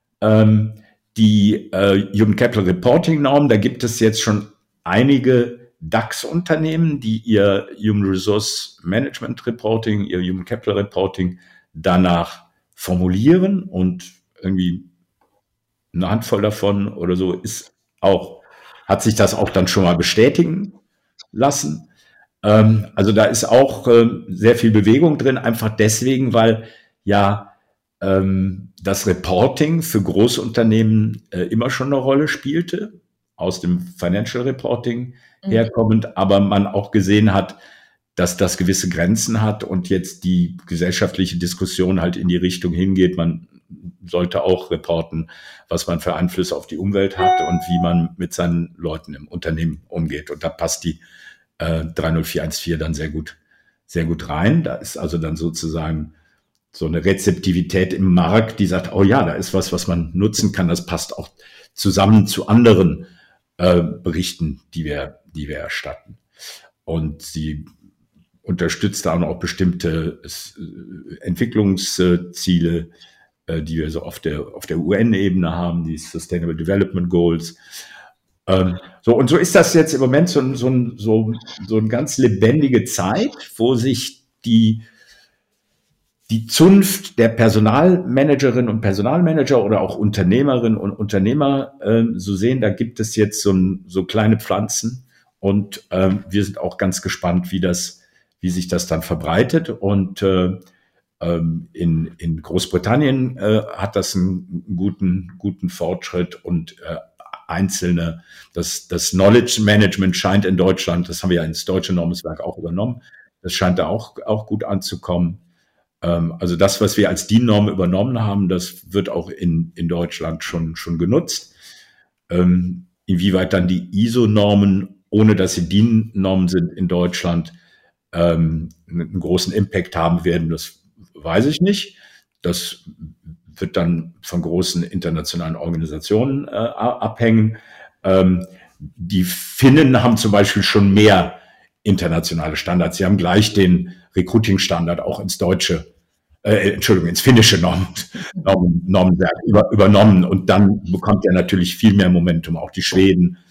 Die Human Capital Reporting Norm, da gibt es jetzt schon einige DAX-Unternehmen, die ihr Human Resource Management Reporting, ihr Human Capital Reporting danach formulieren und irgendwie eine Handvoll davon oder so hat sich das auch dann schon mal bestätigen lassen. Also da ist auch sehr viel Bewegung drin, einfach deswegen, weil ja das Reporting für Großunternehmen immer schon eine Rolle spielte, aus dem Financial Reporting herkommend, aber man auch gesehen hat, dass das gewisse Grenzen hat und jetzt die gesellschaftliche Diskussion halt in die Richtung hingeht, man sollte auch reporten, was man für Einflüsse auf die Umwelt hat und wie man mit seinen Leuten im Unternehmen umgeht. Und da passt die 30414 dann sehr gut rein. Da ist also dann sozusagen so eine Rezeptivität im Markt, die sagt, oh ja, da ist was man nutzen kann. Das passt auch zusammen zu anderen Berichten, die wir erstatten. Und sie unterstützt dann auch bestimmte Entwicklungsziele, die wir so auf der UN-Ebene haben, die Sustainable Development Goals. Und so ist das jetzt im Moment so eine ganz lebendige Zeit, wo sich die Zunft der Personalmanagerinnen und Personalmanager oder auch Unternehmerinnen und Unternehmer so sehen, da gibt es jetzt so kleine Pflanzen und wir sind auch ganz gespannt, wie sich das dann verbreitet. Und in Großbritannien hat das einen guten Fortschritt und einzelne, das Knowledge Management scheint in Deutschland, das haben wir ja ins deutsche Normungswerk auch übernommen, das scheint da auch gut anzukommen. Also das, was wir als DIN-Norm übernommen haben, das wird auch in Deutschland schon genutzt. Inwieweit dann die ISO-Normen, ohne dass sie DIN-Normen sind in Deutschland, einen großen Impact haben werden, das weiß ich nicht. Das wird dann von großen internationalen Organisationen abhängen. Die Finnen haben zum Beispiel schon mehr internationale Standards. Sie haben gleich den Recruiting-Standard auch ins finnische Normenwerk übernommen und dann bekommt er natürlich viel mehr Momentum. Auch die Schweden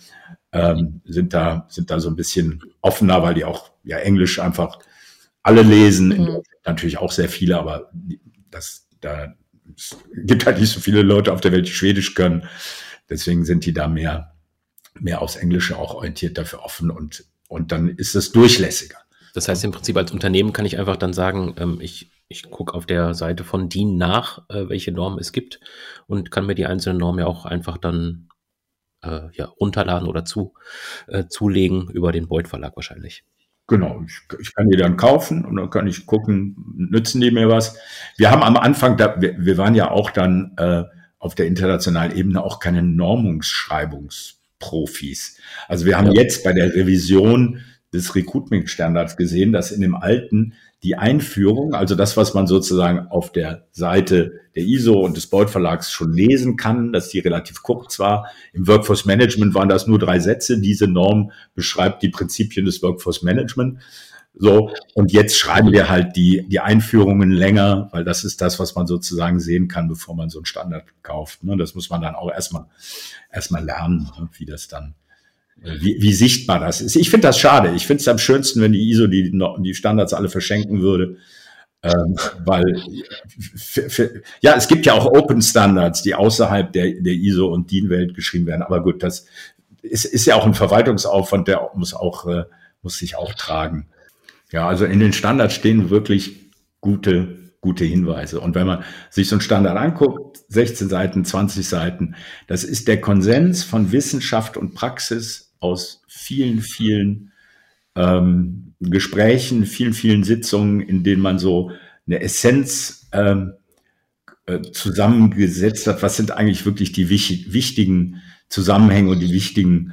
sind da so ein bisschen offener, weil die auch ja Englisch einfach alle lesen. In Deutschland natürlich auch sehr viele, aber es gibt halt nicht so viele Leute auf der Welt, die Schwedisch können. Deswegen sind die da mehr aufs Englische auch orientiert, dafür offen und dann ist es durchlässiger. Das heißt im Prinzip als Unternehmen kann ich einfach dann sagen, ich gucke auf der Seite von DIN nach, welche Normen es gibt und kann mir die einzelnen Normen ja auch einfach dann runterladen oder zulegen über den Beuth Verlag wahrscheinlich. Genau, ich kann die dann kaufen und dann kann ich gucken, nützen die mir was. Wir haben am Anfang, wir waren ja auch dann auf der internationalen Ebene auch keine Normungsschreibungsprofis. Also wir haben jetzt bei der Revision des Recruitment-Standards gesehen, dass in dem alten die Einführung, also das, was man sozusagen auf der Seite der ISO und des Beuth Verlags schon lesen kann, dass die relativ kurz war. Im Workforce Management waren das nur 3 Sätze. Diese Norm beschreibt die Prinzipien des Workforce Management. So. Und jetzt schreiben wir halt die Einführungen länger, weil das ist das, was man sozusagen sehen kann, bevor man so einen Standard kauft. Das muss man dann auch erstmal lernen, wie das dann, wie sichtbar das ist. Ich finde das schade. Ich finde es am schönsten, wenn die ISO die Standards alle verschenken würde. Weil es gibt ja auch Open Standards, die außerhalb der ISO und DIN-Welt geschrieben werden. Aber gut, das ist ja auch ein Verwaltungsaufwand, der muss sich auch tragen. Ja, also in den Standards stehen wirklich gute Hinweise. Und wenn man sich so einen Standard anguckt, 16 Seiten, 20 Seiten, das ist der Konsens von Wissenschaft und Praxis aus vielen, vielen Gesprächen, vielen, vielen Sitzungen, in denen man so eine Essenz zusammengesetzt hat. Was sind eigentlich wirklich die wichtigen Zusammenhänge und die wichtigen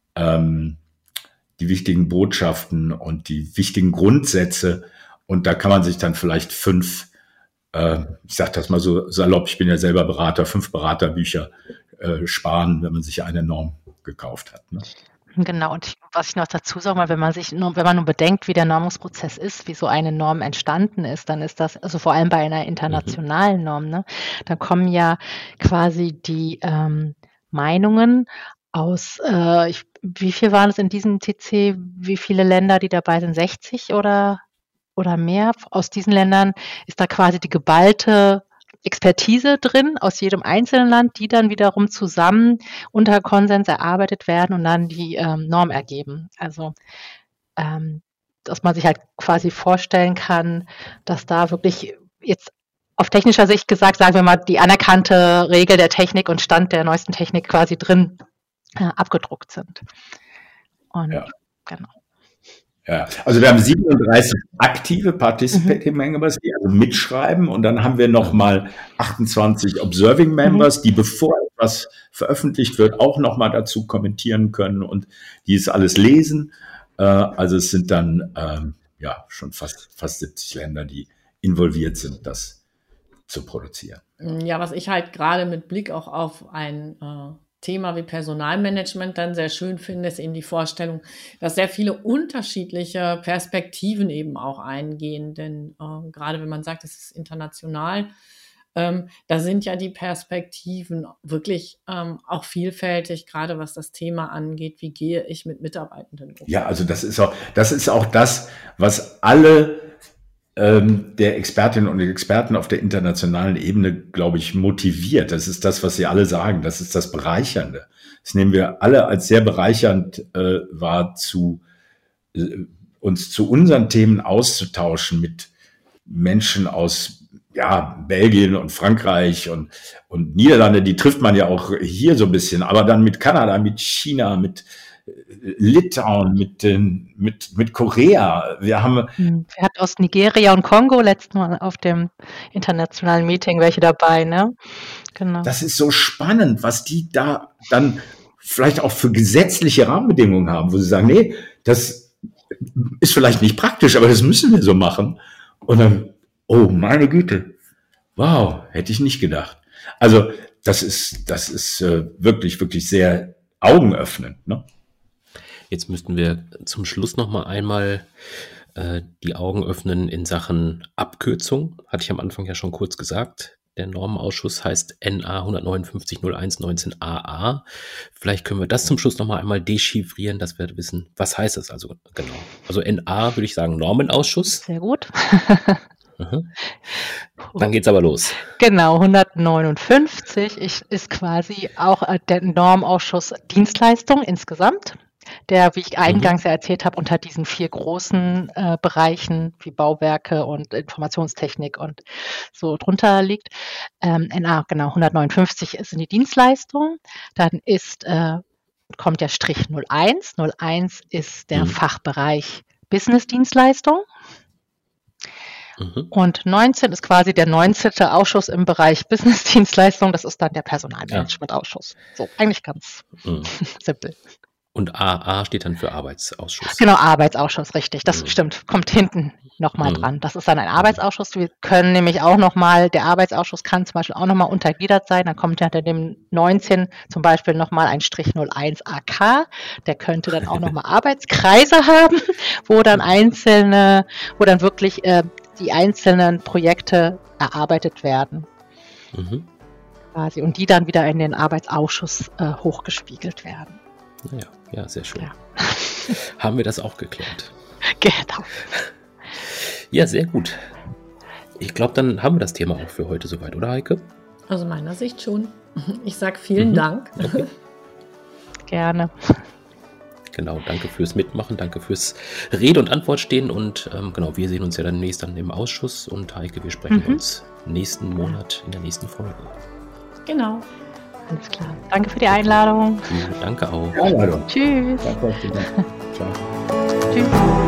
Botschaften und die wichtigen Grundsätze? Und da kann man sich dann vielleicht 5, ich sage das mal so salopp, ich bin ja selber Berater, 5 Beraterbücher sparen, wenn man sich eine Norm gekauft hat. Ne? Genau, und was ich noch dazu sage, mal, wenn man nur bedenkt, wie der Normungsprozess ist, wie so eine Norm entstanden ist, dann ist das, also vor allem bei einer internationalen Norm, ne, dann kommen ja quasi die Meinungen aus, wie viel waren es in diesem TC, wie viele Länder, die dabei sind, 60 oder mehr? Aus diesen Ländern ist da quasi die geballte Expertise drin aus jedem einzelnen Land, die dann wiederum zusammen unter Konsens erarbeitet werden und dann die Norm ergeben. Also, dass man sich halt quasi vorstellen kann, dass da wirklich jetzt auf technischer Sicht gesagt, sagen wir mal, die anerkannte Regel der Technik und Stand der neuesten Technik quasi drin abgedruckt sind. Und genau. Ja, also wir haben 37 aktive Participating Members, die also mitschreiben, und dann haben wir nochmal 28 Observing Members, die, bevor etwas veröffentlicht wird, auch nochmal dazu kommentieren können und die es alles lesen. Also es sind dann schon fast 70 Länder, die involviert sind, das zu produzieren. Ja, was ich halt gerade mit Blick auch auf ein Thema wie Personalmanagement dann sehr schön finde, ist eben die Vorstellung, dass sehr viele unterschiedliche Perspektiven eben auch eingehen. Denn gerade wenn man sagt, es ist international, da sind ja die Perspektiven wirklich auch vielfältig, gerade was das Thema angeht, wie gehe ich mit Mitarbeitenden um. Ja, also das ist auch das, was alle der Expertinnen und Experten auf der internationalen Ebene, glaube ich, motiviert. Das ist das, was sie alle sagen. Das ist das Bereichernde. Das nehmen wir alle als sehr bereichernd wahr, uns zu unseren Themen auszutauschen mit Menschen aus Belgien und Frankreich und Niederlande. Die trifft man ja auch hier so ein bisschen, aber dann mit Kanada, mit China, mit Litauen, mit Korea. Wir hatten aus Nigeria und Kongo letztes Mal auf dem internationalen Meeting welche dabei, ne? Genau. Das ist so spannend, was die da dann vielleicht auch für gesetzliche Rahmenbedingungen haben, wo sie sagen, nee, das ist vielleicht nicht praktisch, aber das müssen wir so machen. Und dann, oh meine Güte, wow, hätte ich nicht gedacht. Also das ist wirklich, wirklich sehr augenöffnend, ne? Jetzt müssten wir zum Schluss noch mal einmal die Augen öffnen in Sachen Abkürzung. Hatte ich am Anfang ja schon kurz gesagt. Der Normenausschuss heißt NA 159-01-19 AA. Vielleicht können wir das zum Schluss nochmal einmal dechiffrieren, dass wir wissen, was heißt das also genau. Also NA würde ich sagen Normenausschuss. Sehr gut. Dann geht's aber los. Genau, 159 ist quasi auch der Normausschuss Dienstleistung insgesamt, der, wie ich eingangs ja erzählt habe, unter diesen 4 großen Bereichen wie Bauwerke und Informationstechnik und so drunter liegt. NA, genau, 159 sind die Dienstleistungen. Dann kommt der Strich 01. 01 ist der Fachbereich Business-Dienstleistung. Und 19 ist quasi der 19. Ausschuss im Bereich Business-Dienstleistung. Das ist dann der Personalmanagement-Ausschuss. So, eigentlich ganz simpel. Und AA steht dann für Arbeitsausschuss. Genau, Arbeitsausschuss, richtig. Das stimmt, kommt hinten nochmal dran. Das ist dann ein Arbeitsausschuss. Wir können nämlich auch nochmal, der Arbeitsausschuss kann zum Beispiel auch nochmal untergliedert sein. Dann kommt hinter dem 19 zum Beispiel nochmal ein Strich 01 AK. Der könnte dann auch nochmal Arbeitskreise haben, wo dann wirklich die einzelnen Projekte erarbeitet werden. Quasi, und die dann wieder in den Arbeitsausschuss hochgespiegelt werden. Ja, sehr schön. Ja. Haben wir das auch geklärt? Genau. Ja, sehr gut. Ich glaube, dann haben wir das Thema auch für heute soweit, oder Heike? Aus meiner Sicht schon. Ich sage vielen Dank. Okay. Gerne. Genau, danke fürs Mitmachen, danke fürs Rede und Antwort stehen und genau, wir sehen uns ja dann demnächst dann im Ausschuss und Heike, wir sprechen uns nächsten Monat in der nächsten Folge. Genau. Alles klar. Danke für die Einladung. Ja, danke auch. Einladung. Tschüss. Danke. Ciao. Tschüss.